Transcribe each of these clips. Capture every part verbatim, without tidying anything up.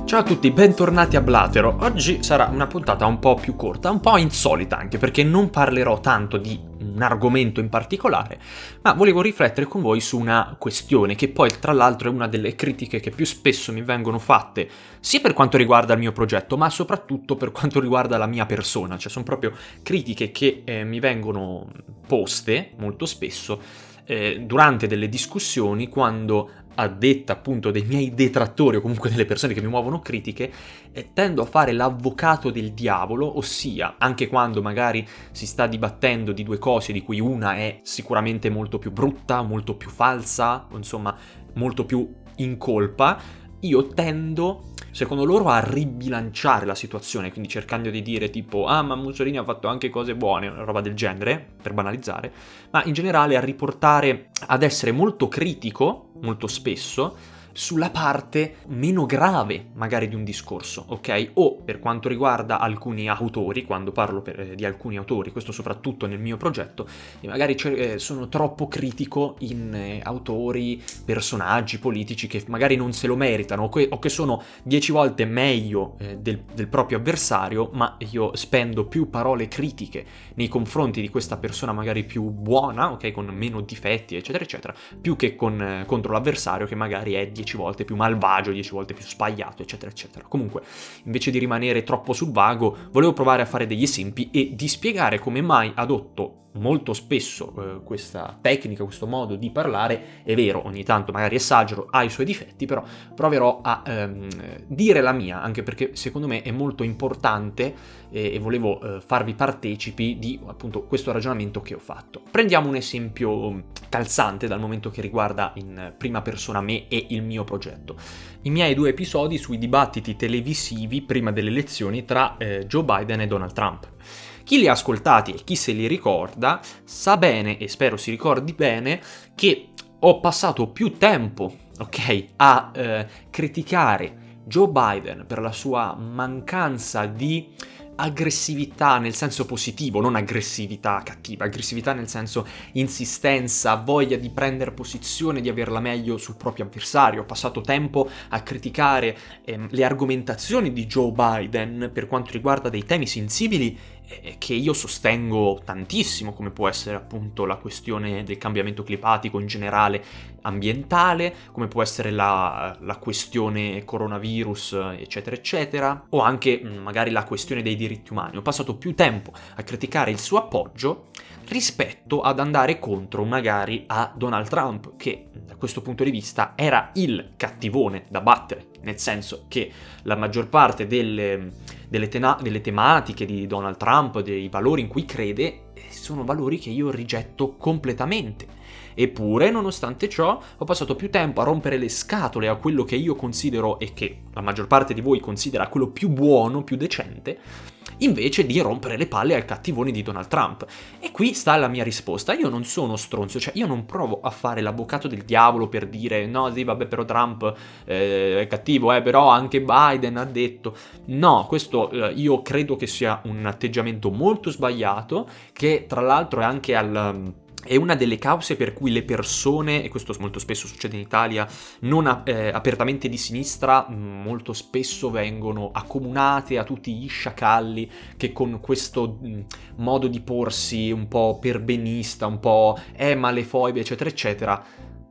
Ciao a tutti, bentornati a Blatero. Oggi sarà una puntata un po' più corta, un po' insolita anche perché non parlerò tanto di un argomento in particolare, ma volevo riflettere con voi su una questione che poi tra l'altro è una delle critiche che più spesso mi vengono fatte, sia per quanto riguarda il mio progetto, ma soprattutto per quanto riguarda la mia persona, cioè sono proprio critiche che eh, mi vengono poste molto spesso eh, durante delle discussioni quando, a detta appunto dei miei detrattori o comunque delle persone che mi muovono critiche, eh, tendo a fare l'avvocato del diavolo, ossia anche quando magari si sta dibattendo di due cose di cui una è sicuramente molto più brutta, molto più falsa, o insomma molto più in colpa, io tendo, secondo loro, a ribilanciare la situazione, quindi cercando di dire tipo ah ma Mussolini ha fatto anche cose buone, roba del genere, per banalizzare, ma in generale a riportare ad essere molto critico, molto spesso, sulla parte meno grave magari di un discorso, ok? O per quanto riguarda alcuni autori, quando parlo per, eh, di alcuni autori, questo soprattutto nel mio progetto, e magari eh, sono troppo critico in eh, autori, personaggi politici che magari non se lo meritano o che, o che sono dieci volte meglio eh, del, del proprio avversario, ma io spendo più parole critiche nei confronti di questa persona magari più buona, ok? Con meno difetti, eccetera, eccetera, più che con, eh, contro l'avversario che magari è dieci volte più malvagio, dieci volte più sbagliato, eccetera, eccetera. Comunque, invece di rimanere troppo sul vago, volevo provare a fare degli esempi e di spiegare come mai adotto molto spesso eh, questa tecnica, questo modo di parlare. È vero, ogni tanto magari esagero, ha i suoi difetti, però proverò a ehm, dire la mia, anche perché secondo me è molto importante eh, e volevo eh, farvi partecipi di appunto questo ragionamento che ho fatto. Prendiamo un esempio calzante dal momento che riguarda in prima persona me e il mio progetto. I miei due episodi sui dibattiti televisivi prima delle elezioni tra eh, Joe Biden e Donald Trump. Chi li ha ascoltati e chi se li ricorda sa bene, e spero si ricordi bene, che ho passato più tempo, ok, a eh, criticare Joe Biden per la sua mancanza di aggressività nel senso positivo, non aggressività cattiva, aggressività nel senso insistenza, voglia di prendere posizione, di averla meglio sul proprio avversario. Ho passato tempo a criticare ehm, le argomentazioni di Joe Biden per quanto riguarda dei temi sensibili eh, che io sostengo tantissimo, come può essere appunto la questione del cambiamento climatico in generale, ambientale, come può essere la, la questione coronavirus, eccetera, eccetera, o anche mh, magari la questione dei diritti umani. Ho passato più tempo a criticare il suo appoggio rispetto ad andare contro magari a Donald Trump, che da questo punto di vista era il cattivone da battere, nel senso che la maggior parte delle, delle, tena- delle tematiche di Donald Trump, dei valori in cui crede, sono valori che io rigetto completamente. Eppure, nonostante ciò, ho passato più tempo a rompere le scatole a quello che io considero, e che la maggior parte di voi considera, quello più buono, più decente, invece di rompere le palle al cattivone di Donald Trump. E qui sta la mia risposta. Io non sono stronzo, cioè io non provo a fare l'avvocato del diavolo per dire no, sì, vabbè, però Trump eh, è cattivo, eh, però anche Biden ha detto. No, questo eh, io credo che sia un atteggiamento molto sbagliato, che tra l'altro è anche al... È una delle cause per cui le persone, e questo molto spesso succede in Italia, non eh, apertamente di sinistra, molto spesso vengono accomunate a tutti gli sciacalli che con questo mh, modo di porsi un po' perbenista, un po' eh ma le foibe, eccetera, eccetera,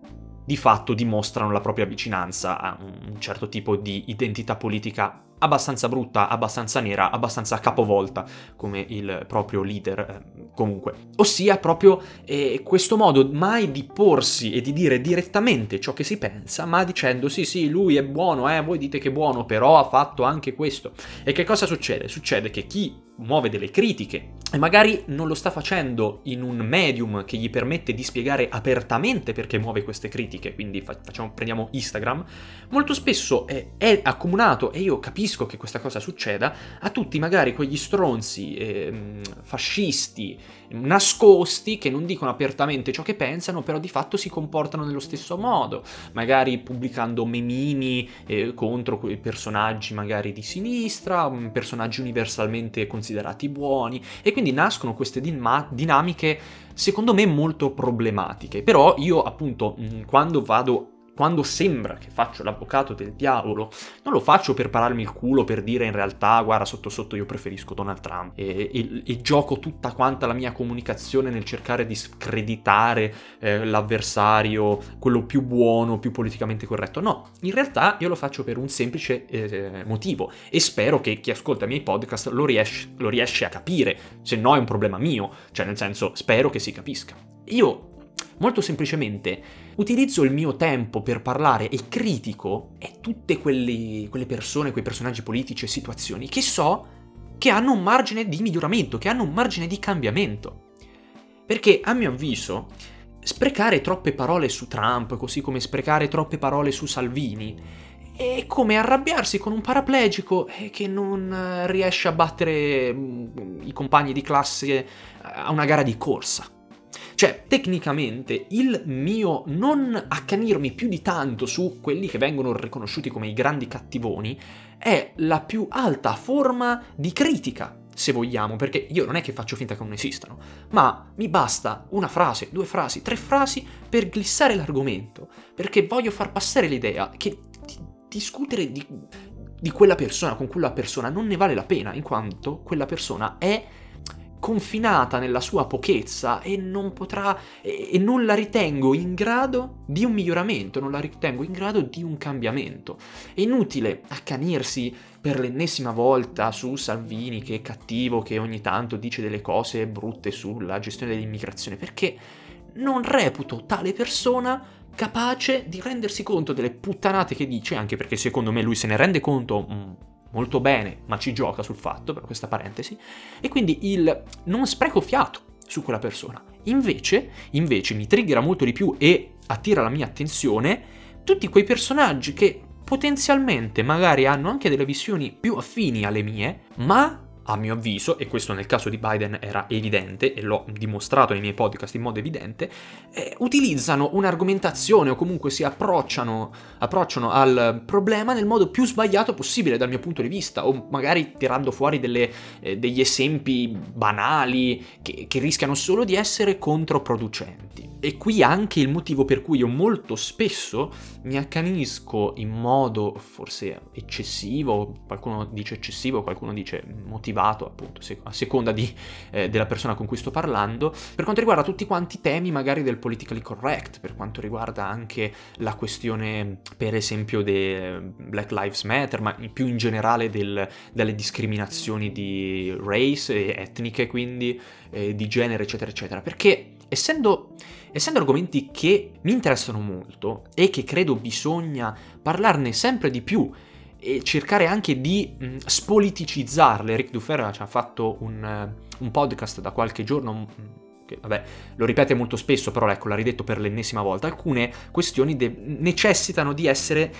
di fatto dimostrano la propria vicinanza a un certo tipo di identità politica abbastanza brutta, abbastanza nera, abbastanza capovolta, come il proprio leader, eh, comunque. Ossia proprio eh, questo modo mai di porsi e di dire direttamente ciò che si pensa, ma dicendo sì sì, lui è buono, eh, voi dite che è buono, però ha fatto anche questo. E che cosa succede? Succede che chi muove delle critiche e magari non lo sta facendo in un medium che gli permette di spiegare apertamente perché muove queste critiche, quindi facciamo, prendiamo Instagram, molto spesso è, è accomunato, e io capisco che questa cosa succeda, a tutti magari quegli stronzi eh, fascisti nascosti che non dicono apertamente ciò che pensano, però di fatto si comportano nello stesso modo, magari pubblicando memini eh, contro quei personaggi magari di sinistra, personaggi universalmente considerati buoni, e quindi nascono queste dinma- dinamiche secondo me molto problematiche. Però io appunto quando vado quando sembra che faccio l'avvocato del diavolo, non lo faccio per pararmi il culo, per dire in realtà, guarda, sotto sotto io preferisco Donald Trump, e, e, e gioco tutta quanta la mia comunicazione nel cercare di screditare eh, l'avversario, quello più buono, più politicamente corretto. No, in realtà io lo faccio per un semplice eh, motivo, e spero che chi ascolta i miei podcast lo riesce, lo riesce a capire, se no è un problema mio, cioè nel senso, spero che si capisca. Io molto semplicemente utilizzo il mio tempo per parlare e critico e tutte quelli, quelle persone, quei personaggi politici e situazioni che so che hanno un margine di miglioramento, che hanno un margine di cambiamento. Perché a mio avviso sprecare troppe parole su Trump, così come sprecare troppe parole su Salvini, è come arrabbiarsi con un paraplegico che non riesce a battere i compagni di classe a una gara di corsa. Cioè, tecnicamente, il mio non accanirmi più di tanto su quelli che vengono riconosciuti come i grandi cattivoni è la più alta forma di critica, se vogliamo, perché io non è che faccio finta che non esistano, ma mi basta una frase, due frasi, tre frasi per glissare l'argomento, perché voglio far passare l'idea che discutere di, di quella persona con quella persona non ne vale la pena, in quanto quella persona è confinata nella sua pochezza e non potrà e, e non la ritengo in grado di un miglioramento, non la ritengo in grado di un cambiamento. È inutile accanirsi per l'ennesima volta su Salvini, che è cattivo, che ogni tanto dice delle cose brutte sulla gestione dell'immigrazione, perché non reputo tale persona capace di rendersi conto delle puttanate che dice, anche perché secondo me lui se ne rende conto mm, molto bene, ma ci gioca sul fatto, per questa parentesi, e quindi il non spreco fiato su quella persona. Invece, invece mi triggera molto di più e attira la mia attenzione tutti quei personaggi che potenzialmente magari hanno anche delle visioni più affini alle mie, ma a mio avviso, e questo nel caso di Biden era evidente, e l'ho dimostrato nei miei podcast in modo evidente, eh, utilizzano un'argomentazione o comunque si approcciano, approcciano al problema nel modo più sbagliato possibile dal mio punto di vista, o magari tirando fuori delle, eh, degli esempi banali che, che rischiano solo di essere controproducenti. E qui anche il motivo per cui io molto spesso mi accanisco in modo forse eccessivo, qualcuno dice eccessivo, qualcuno dice motivato, appunto, a seconda di, eh, della persona con cui sto parlando, per quanto riguarda tutti quanti i temi magari del politically correct, per quanto riguarda anche la questione, per esempio, dei Black Lives Matter, ma più in generale del, delle discriminazioni di race, etniche, quindi, eh, di genere, eccetera, eccetera, perché Essendo, essendo argomenti che mi interessano molto e che credo bisogna parlarne sempre di più e cercare anche di mh, spoliticizzarle. Ric Dufer ci ha fatto un, un podcast da qualche giorno, mh, che vabbè lo ripete molto spesso, però ecco l'ha ridetto per l'ennesima volta. Alcune questioni de- necessitano di essere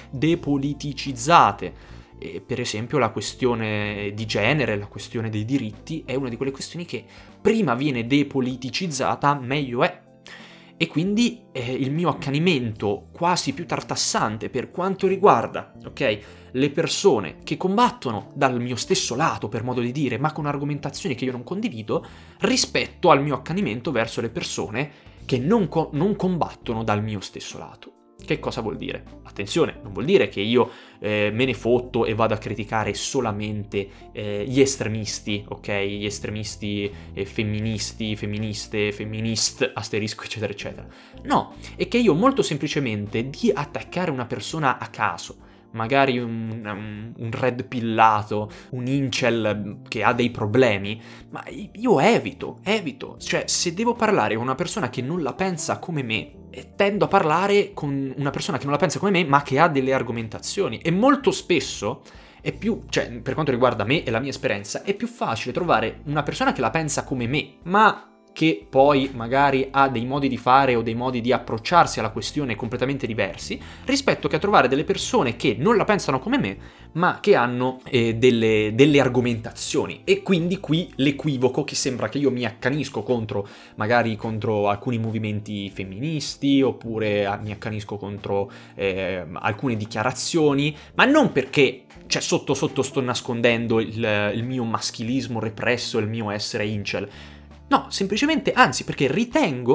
depoliticizzate. E per esempio la questione di genere, la questione dei diritti è una di quelle questioni che prima viene depoliticizzata meglio è. E quindi eh, il mio accanimento quasi più tartassante per quanto riguarda, ok, le persone che combattono dal mio stesso lato, per modo di dire, ma con argomentazioni che io non condivido, rispetto al mio accanimento verso le persone che non, co- non combattono dal mio stesso lato. Che cosa vuol dire? Attenzione, non vuol dire che io eh, me ne fotto e vado a criticare solamente eh, gli estremisti, ok? Gli estremisti eh, femministi, femministe, femminist, asterisco, eccetera, eccetera. No, è che io molto semplicemente di attaccare una persona a caso, magari un, un, un red pillato, un incel che ha dei problemi, ma io evito, evito. Cioè, se devo parlare con una persona che non la pensa come me, tendo a parlare con una persona che non la pensa come me, ma che ha delle argomentazioni. E molto spesso è più, cioè, per quanto riguarda me e la mia esperienza, è più facile trovare una persona che la pensa come me, ma che poi magari ha dei modi di fare o dei modi di approcciarsi alla questione completamente diversi, rispetto che a trovare delle persone che non la pensano come me, ma che hanno eh, delle, delle argomentazioni. E quindi qui l'equivoco che sembra che io mi accanisco contro, magari contro alcuni movimenti femministi, oppure mi accanisco contro eh, alcune dichiarazioni, ma non perché, cioè, sotto sotto sto nascondendo il, il mio maschilismo represso, il mio essere incel. No, semplicemente, anzi, perché ritengo,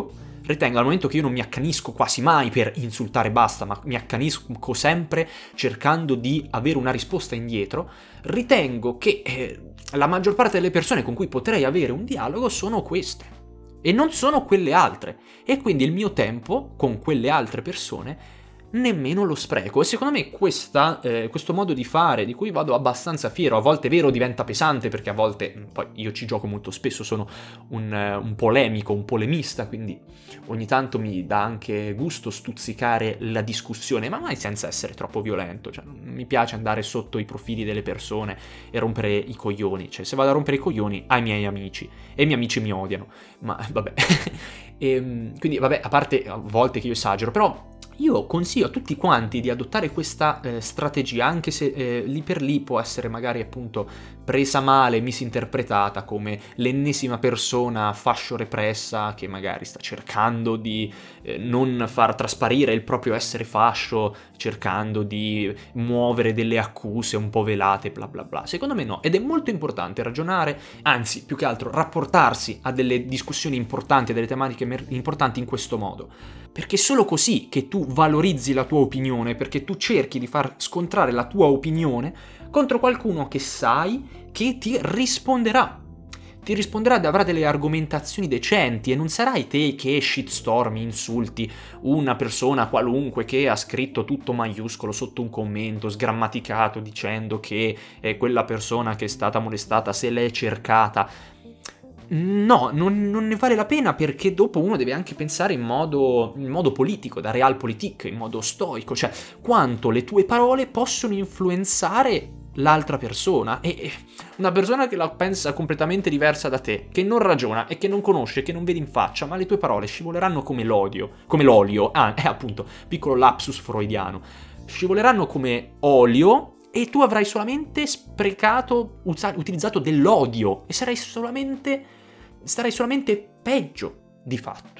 ritengo, al momento che io non mi accanisco quasi mai per insultare e basta, ma mi accanisco sempre cercando di avere una risposta indietro, ritengo che eh, la maggior parte delle persone con cui potrei avere un dialogo sono queste e non sono quelle altre, e quindi il mio tempo con quelle altre persone nemmeno lo spreco. E secondo me questa, eh, questo modo di fare, di cui vado abbastanza fiero, a volte è vero diventa pesante, perché a volte, poi io ci gioco molto spesso, sono un, un polemico, un polemista, quindi ogni tanto mi dà anche gusto stuzzicare la discussione, ma mai senza essere troppo violento. Cioè, non mi piace andare sotto i profili delle persone e rompere i coglioni. Cioè, se vado a rompere i coglioni ai miei amici, e i miei amici mi odiano, ma vabbè. E, quindi vabbè, a parte a volte che io esagero, però io consiglio a tutti quanti di adottare questa eh, strategia, anche se eh, lì per lì può essere magari appunto presa male, misinterpretata come l'ennesima persona fascio repressa che magari sta cercando di eh, non far trasparire il proprio essere fascio, cercando di muovere delle accuse un po' velate, bla bla bla. Secondo me no, ed è molto importante ragionare, anzi più che altro rapportarsi a delle discussioni importanti, a delle tematiche mer- importanti in questo modo. Perché è solo così che tu valorizzi la tua opinione, perché tu cerchi di far scontrare la tua opinione contro qualcuno che sai che ti risponderà. Ti risponderà ed avrà delle argomentazioni decenti, e non sarai te che shitstormi, insulti una persona qualunque che ha scritto tutto maiuscolo sotto un commento sgrammaticato dicendo che è quella persona che è stata molestata se l'è cercata. No, non, non ne vale la pena, perché dopo uno deve anche pensare in modo, in modo politico, da realpolitik, in modo stoico, cioè quanto le tue parole possono influenzare l'altra persona. E una persona che la pensa completamente diversa da te, che non ragiona e che non conosce, che non vedi in faccia, ma le tue parole scivoleranno come l'odio, come l'olio, ah, è appunto, piccolo lapsus freudiano, scivoleranno come olio. E tu avrai solamente sprecato, usa- utilizzato dell'odio, e sarai solamente, starai solamente peggio di fatto.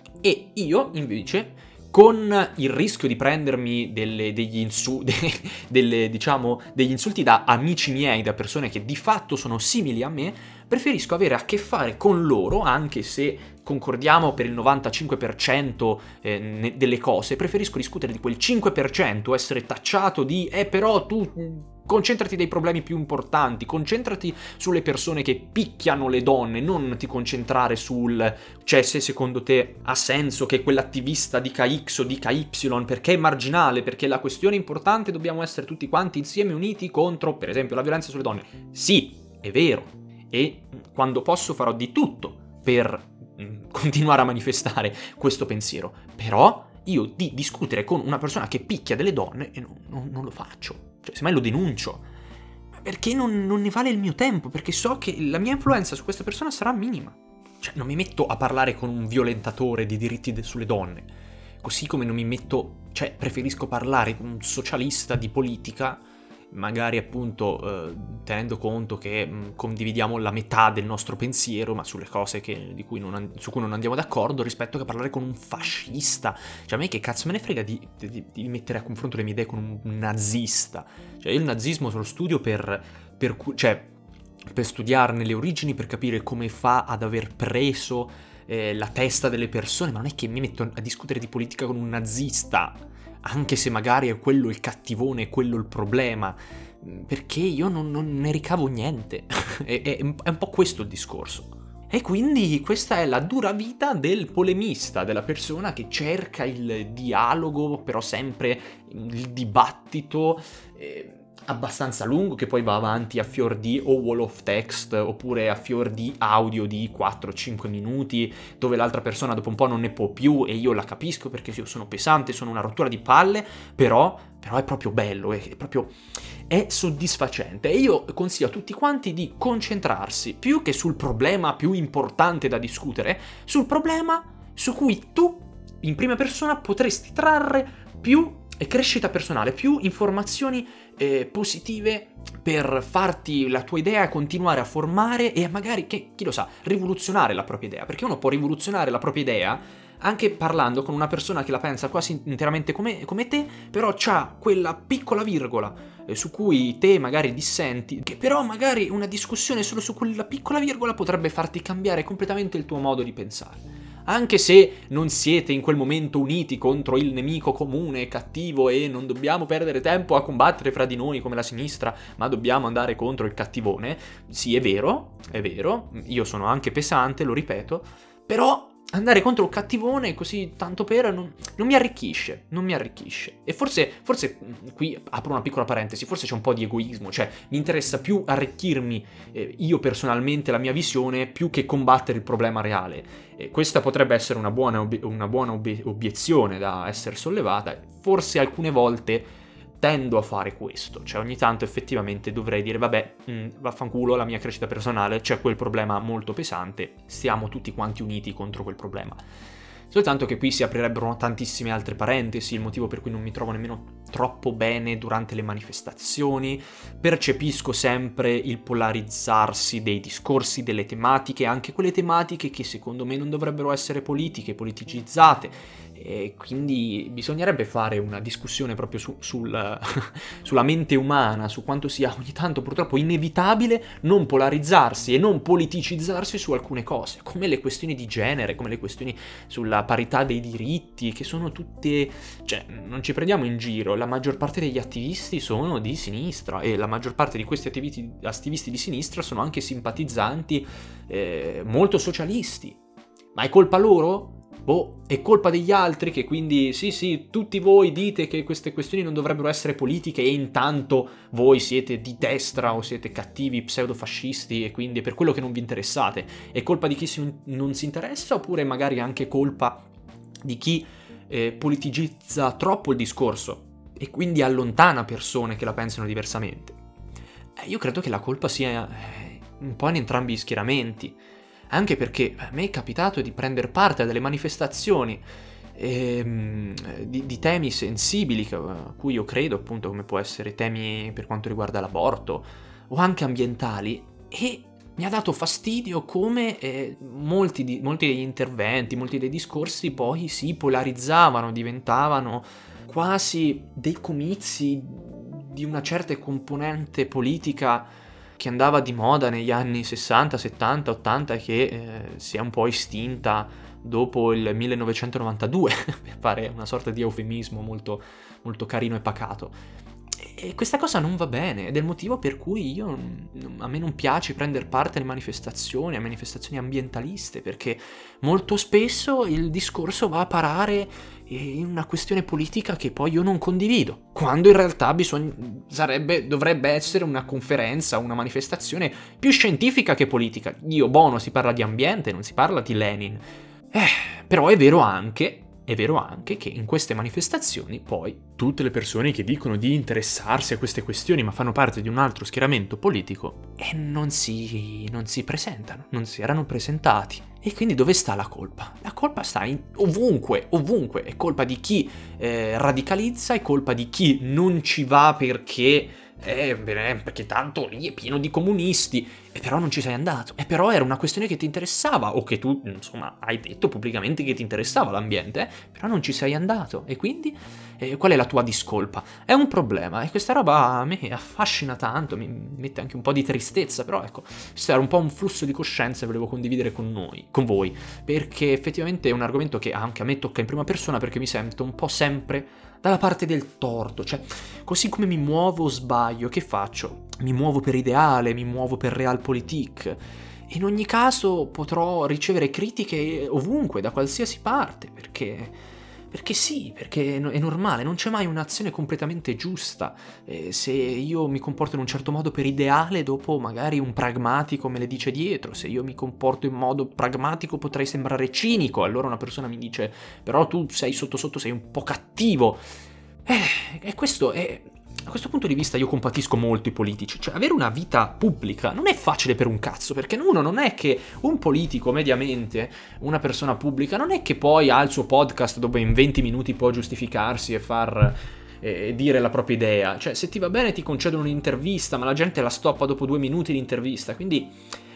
E io, invece, con il rischio di prendermi delle, degli, insu- de- delle, diciamo, degli insulti da amici miei, da persone che di fatto sono simili a me, preferisco avere a che fare con loro, anche se concordiamo per il novantacinque per cento eh, ne- delle cose, preferisco discutere di quel cinque per cento, essere tacciato di eh però tu mh, concentrati dei problemi più importanti, concentrati sulle persone che picchiano le donne, non ti concentrare sul cioè se secondo te ha senso che quell'attivista dica X o dica Y, perché è marginale, perché la questione importante dobbiamo essere tutti quanti insieme uniti contro, per esempio, la violenza sulle donne. Sì, è vero. E quando posso farò di tutto per mh, continuare a manifestare questo pensiero. Però io di discutere con una persona che picchia delle donne e non, non, non lo faccio. Cioè, semmai lo denuncio. Perché non, non ne vale il mio tempo, perché so che la mia influenza su questa persona sarà minima. Cioè, non mi metto a parlare con un violentatore di diritti de- sulle donne. Così come non mi metto... Cioè, preferisco parlare con un socialista di politica, magari appunto eh, tenendo conto che mh, condividiamo la metà del nostro pensiero, ma sulle cose che, di cui non, su cui non andiamo d'accordo, rispetto che parlare con un fascista. Cioè, a me che cazzo me ne frega di, di, di mettere a confronto le mie idee con un nazista. Cioè, io il nazismo lo studio per, per, cioè, per studiarne le origini, per capire come fa ad aver preso eh, la testa delle persone, ma non è che mi metto a discutere di politica con un nazista, anche se magari è quello il cattivone, è quello il problema, perché io non, non ne ricavo niente. è, è, è un po' questo il discorso. E quindi questa è la dura vita del polemista, della persona che cerca il dialogo, però sempre il dibattito eh, abbastanza lungo, che poi va avanti a fior di o wall of text, oppure a fior di audio di quattro cinque minuti, dove l'altra persona dopo un po' non ne può più, e io la capisco perché io sono pesante, sono una rottura di palle, però, però è proprio bello, è, è proprio... è soddisfacente. E io consiglio a tutti quanti di concentrarsi più che sul problema più importante da discutere, sul problema su cui tu in prima persona potresti trarre più crescita personale, più informazioni eh, positive per farti la tua idea, continuare a formare e magari, che, chi lo sa, rivoluzionare la propria idea, perché uno può rivoluzionare la propria idea anche parlando con una persona che la pensa quasi interamente come, come te, però c'ha quella piccola virgola eh, su cui te magari dissenti, che però magari una discussione solo su quella piccola virgola potrebbe farti cambiare completamente il tuo modo di pensare. Anche se non siete in quel momento uniti contro il nemico comune, cattivo, e non dobbiamo perdere tempo a combattere fra di noi come la sinistra, ma dobbiamo andare contro il cattivone. Sì, è vero, è vero, io sono anche pesante, lo ripeto, però andare contro il cattivone così tanto per non, non mi arricchisce, non mi arricchisce. E forse, forse, qui apro una piccola parentesi, forse c'è un po' di egoismo, cioè mi interessa più arricchirmi eh, io personalmente, la mia visione, più che combattere il problema reale. E questa potrebbe essere una buona, ob- una buona ob- obiezione da essere sollevata. Forse alcune volte tendo a fare questo, cioè ogni tanto effettivamente dovrei dire vabbè, mh, vaffanculo, la mia crescita personale, c'è quel problema molto pesante, stiamo tutti quanti uniti contro quel problema. Soltanto che qui si aprirebbero tantissime altre parentesi, il motivo per cui non mi trovo nemmeno troppo bene durante le manifestazioni, percepisco sempre il polarizzarsi dei discorsi, delle tematiche, anche quelle tematiche che secondo me non dovrebbero essere politiche, politicizzate, e quindi bisognerebbe fare una discussione proprio su, sul, sulla mente umana, su quanto sia ogni tanto purtroppo inevitabile non polarizzarsi e non politicizzarsi su alcune cose, come le questioni di genere, come le questioni sulla parità dei diritti, che sono tutte, cioè non ci prendiamo in giro, la maggior parte degli attivisti sono di sinistra e la maggior parte di questi attivisti, attivisti di sinistra sono anche simpatizzanti eh, molto socialisti. Ma è colpa loro? Boh, è colpa degli altri che quindi sì sì, tutti voi dite che queste questioni non dovrebbero essere politiche e intanto voi siete di destra o siete cattivi pseudofascisti e quindi è per quello che non vi interessate. È colpa di chi si, non si interessa oppure magari anche colpa di chi eh, politicizza troppo il discorso e quindi allontana persone che la pensano diversamente? Eh, io credo che la colpa sia eh, un po' in entrambi gli schieramenti. Anche perché a me è capitato di prendere parte a delle manifestazioni ehm, di, di temi sensibili, a cui io credo, appunto, come può essere temi per quanto riguarda l'aborto o anche ambientali, e mi ha dato fastidio come eh, molti, di, molti degli interventi, molti dei discorsi poi si polarizzavano, diventavano quasi dei comizi di una certa componente politica che andava di moda negli anni sessanta, settanta, ottanta, che eh, si è un po' estinta dopo il millenovecentonovantadue, per fare una sorta di eufemismo molto, molto carino e pacato. E questa cosa non va bene, ed è il motivo per cui io, a me non piace prendere parte alle manifestazioni, a manifestazioni ambientaliste, perché molto spesso il discorso va a parare in una questione politica che poi io non condivido, quando in realtà bisogna, sarebbe, dovrebbe essere una conferenza, una manifestazione più scientifica che politica. Dio buono, si parla di ambiente, non si parla di Lenin. Eh, però è vero anche... È vero anche che in queste manifestazioni poi tutte le persone che dicono di interessarsi a queste questioni ma fanno parte di un altro schieramento politico e non si, non si presentano, non si erano presentati. E quindi dove sta la colpa? La colpa sta in, ovunque, ovunque. È colpa di chi eh, radicalizza, è colpa di chi non ci va perché... Eh, perché tanto lì è pieno di comunisti, e però non ci sei andato, e però era una questione che ti interessava, o che tu, insomma, hai detto pubblicamente che ti interessava l'ambiente, eh? Però non ci sei andato, e quindi eh, qual è la tua discolpa? È un problema, e questa roba a me affascina tanto, mi mette anche un po' di tristezza, però ecco, questo era un po' un flusso di coscienza che volevo condividere con noi, con voi, perché effettivamente è un argomento che anche a me tocca in prima persona, perché mi sento un po' sempre dalla parte del torto, cioè così come mi muovo sbaglio, che faccio? Mi muovo per ideale, mi muovo per realpolitik. In ogni caso potrò ricevere critiche ovunque, da qualsiasi parte, perché... Perché sì, perché è normale, non c'è mai un'azione completamente giusta. Eh, se io mi comporto in un certo modo per ideale, dopo magari un pragmatico me le dice dietro. Se io mi comporto in modo pragmatico potrei sembrare cinico, allora una persona mi dice però tu sei sotto sotto, sei un po' cattivo. Eh, e questo è... A questo punto di vista io compatisco molto i politici, cioè avere una vita pubblica non è facile per un cazzo, perché uno non è che un politico mediamente, una persona pubblica, non è che poi ha il suo podcast dove in venti minuti può giustificarsi e far eh, dire la propria idea, cioè se ti va bene ti concedono un'intervista, ma la gente la stoppa dopo due minuti l'intervista, quindi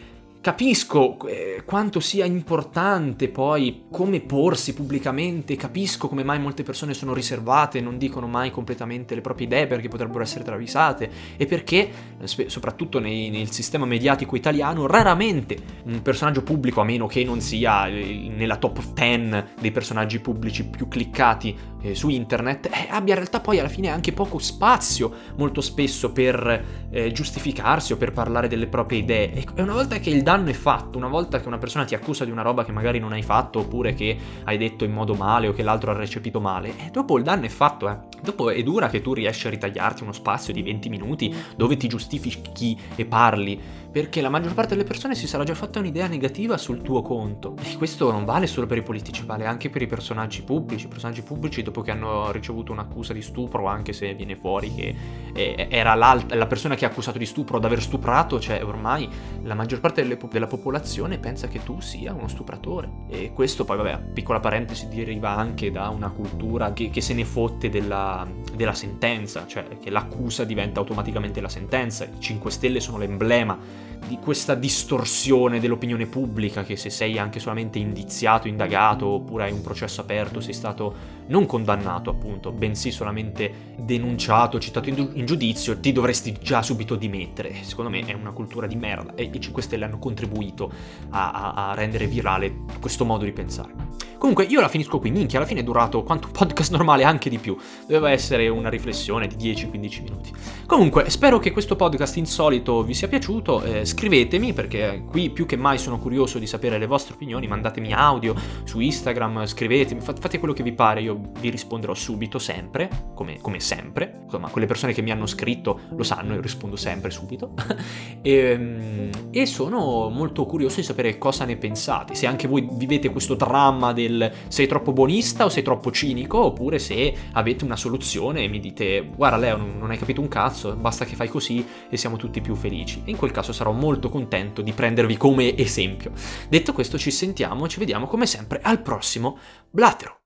Capisco eh, quanto sia importante poi come porsi pubblicamente, capisco come mai molte persone sono riservate, non dicono mai completamente le proprie idee perché potrebbero essere travisate e perché, eh, soprattutto nei, nel sistema mediatico italiano, raramente un personaggio pubblico, a meno che non sia eh, nella top dieci dei personaggi pubblici più cliccati eh, su internet, eh, abbia in realtà poi alla fine anche poco spazio molto spesso per eh, giustificarsi o per parlare delle proprie idee. E una volta che il danno è fatto, una volta che una persona ti accusa di una roba che magari non hai fatto oppure che hai detto in modo male o che l'altro ha recepito male, e dopo il danno è fatto, eh. Dopo è dura che tu riesci a ritagliarti uno spazio di venti minuti dove ti giustifichi e parli, perché la maggior parte delle persone si sarà già fatta un'idea negativa sul tuo conto. E questo non vale solo per i politici, vale anche per i personaggi pubblici. I personaggi pubblici, dopo che hanno ricevuto un'accusa di stupro, anche se viene fuori che eh, era la persona che ha accusato di stupro ad aver stuprato, cioè ormai la maggior parte delle, della popolazione pensa che tu sia uno stupratore. E questo poi, vabbè, piccola parentesi, deriva anche da una cultura che, che se ne fotte della, della sentenza, cioè che l'accusa diventa automaticamente la sentenza. I cinque Stelle sono l'emblema di questa distorsione dell'opinione pubblica, che se sei anche solamente indiziato, indagato, oppure hai un processo aperto, sei stato non condannato appunto, bensì solamente denunciato, citato in, in giudizio, ti dovresti già subito dimettere. Secondo me è una cultura di merda e i cinque Stelle hanno contribuito a, a, a rendere virale questo modo di pensare. Comunque io la finisco qui, minchia, alla fine è durato quanto un podcast normale, anche di più. Doveva essere una riflessione di dieci quindici minuti. Comunque, spero che questo podcast insolito vi sia piaciuto, eh, scrivetemi, perché qui più che mai sono curioso di sapere le vostre opinioni, mandatemi audio su Instagram, scrivetemi, fate quello che vi pare, io vi risponderò subito, sempre, come, come sempre. Insomma, quelle persone che mi hanno scritto lo sanno, io rispondo sempre subito. e, e sono molto curioso di sapere cosa ne pensate, se anche voi vivete questo dramma del sei troppo buonista o sei troppo cinico, oppure se avete una soluzione e mi dite guarda Leo, non hai capito un cazzo, basta che fai così e siamo tutti più felici. In quel caso sarò molto contento di prendervi come esempio. Detto questo, ci sentiamo, ci vediamo come sempre al prossimo Blatero.